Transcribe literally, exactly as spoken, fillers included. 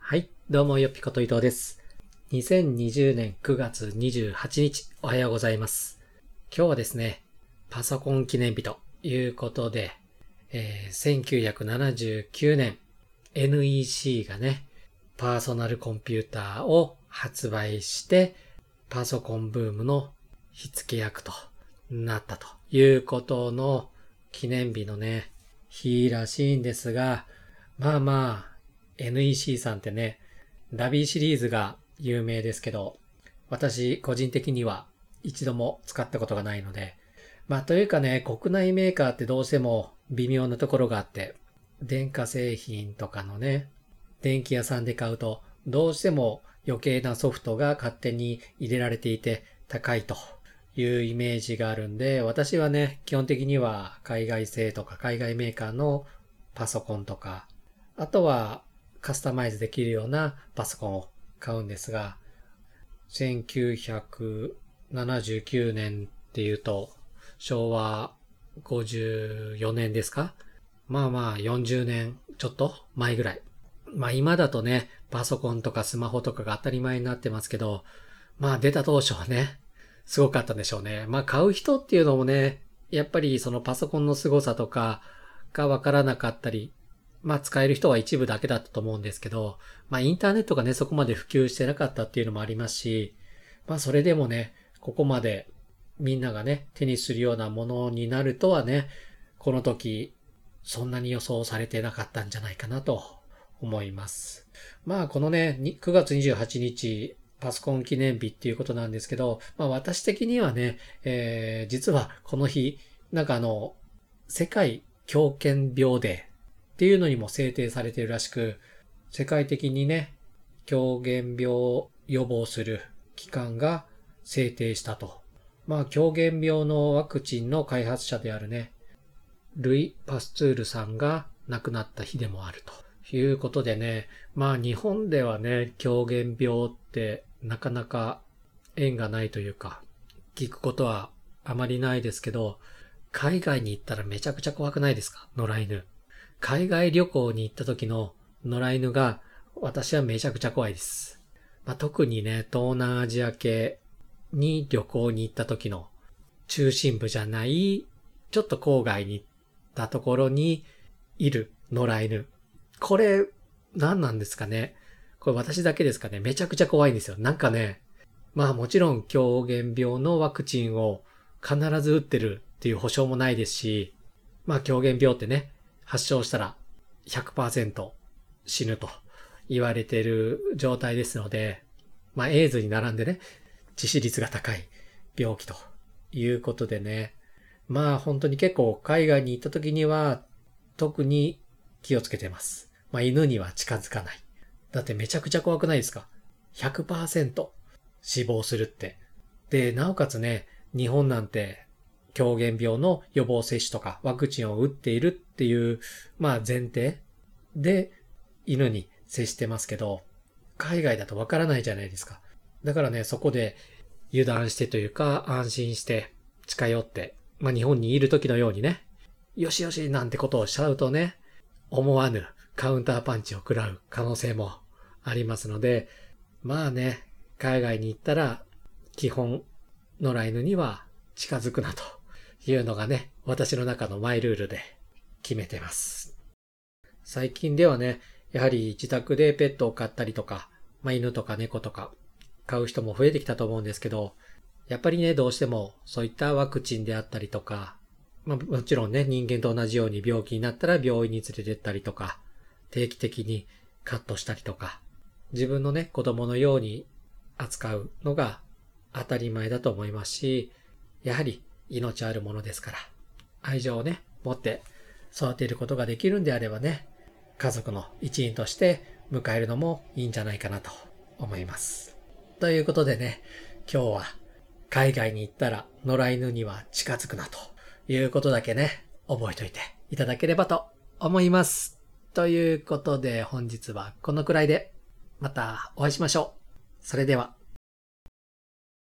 はい、どうもよっぴこと伊藤です。にせんにじゅうねんくがつにじゅうはちにち、おはようございます。今日はですね、パソコン記念日ということで、えー、せんきゅうひゃくななじゅうきゅうねん エヌイーシー がね、パーソナルコンピューターを発売して、パソコンブームの火付け役となったということの記念日のね、日らしいんですが、まあまあ、エヌイーシー さんってね、ラビーシリーズが有名ですけど、私個人的には一度も使ったことがないので、まあというかね、国内メーカーってどうしても微妙なところがあって、電化製品とかのね、電気屋さんで買うと、どうしても余計なソフトが勝手に入れられていて高いというイメージがあるんで、私はね、基本的には海外製とか海外メーカーのパソコンとか、あとはカスタマイズできるようなパソコンを買うんですが、せんきゅうひゃくななじゅうきゅうねんっていうと、しょうわごじゅうよねんですか？まあまあよんじゅうねんちょっと前ぐらい。まあ今だとね、パソコンとかスマホとかが当たり前になってますけど、まあ出た当初はね、すごかったんでしょうね。まあ買う人っていうのもね、やっぱりそのパソコンの凄さとかがわからなかったり、まあ使える人は一部だけだったと思うんですけど、まあインターネットがね、そこまで普及してなかったっていうのもありますし、まあそれでもね、ここまでみんながね、手にするようなものになるとはね、この時、そんなに予想されてなかったんじゃないかなと思います。まあこのね、くがつにじゅうはちにち、パソコン記念日っていうことなんですけど、まあ私的にはね、えー、実はこの日、なんかあの、世界狂犬病デーっていうのにも制定されているらしく、世界的にね、狂犬病を予防する機関が制定したと。まあ、狂犬病のワクチンの開発者であるね、ルイ・パスツールさんが亡くなった日でもあるということでね、まあ日本ではね、狂犬病ってなかなか縁がないというか、聞くことはあまりないですけど、海外に行ったらめちゃくちゃ怖くないですか？野良犬。海外旅行に行った時の野良犬が私はめちゃくちゃ怖いです。まあ、特にね、東南アジア系に旅行に行った時の中心部じゃない、ちょっと郊外に行ったところにいる野良犬。これ、何なんですかね？これ私だけですかね？めちゃくちゃ怖いんですよ。なんかね、まあもちろん狂犬病のワクチンを必ず打ってるっていう保証もないですし、まあ狂犬病ってね、発症したら ひゃくパーセント 死ぬと言われている状態ですので、まあエイズに並んでね、致死率が高い病気ということでね、まあ本当に結構海外に行った時には特に気をつけてます。まあ犬には近づかない。だってめちゃくちゃ怖くないですか？ ひゃくパーセント 死亡するって。で、なおかつね、日本なんて狂犬病の予防接種とかワクチンを打っているっていう、まあ前提で犬に接してますけど、海外だとわからないじゃないですか。だからね、そこで油断してというか安心して近寄って、まあ日本にいる時のようにね、よしよしなんてことをしちゃうとね、思わぬカウンターパンチを食らう可能性もありますので、まあね、海外に行ったら基本野良犬には近づくなというのがね、私の中のマイルールで決めてます。最近ではね、やはり自宅でペットを飼ったりとか、まあ、犬とか猫とか飼う人も増えてきたと思うんですけど、やっぱりね、どうしてもそういったワクチンであったりとか、まあ、もちろんね、人間と同じように病気になったら病院に連れてったりとか、定期的にカットしたりとか、自分のね、子供のように扱うのが当たり前だと思いますし、やはり命あるものですから、愛情をね、持って育てることができるんであればね、家族の一員として迎えるのもいいんじゃないかなと思います。ということでね、今日は海外に行ったら野良犬には近づくなということだけね、覚えておいていただければと思います。ということで本日はこのくらいでまたお会いしましょう。それでは。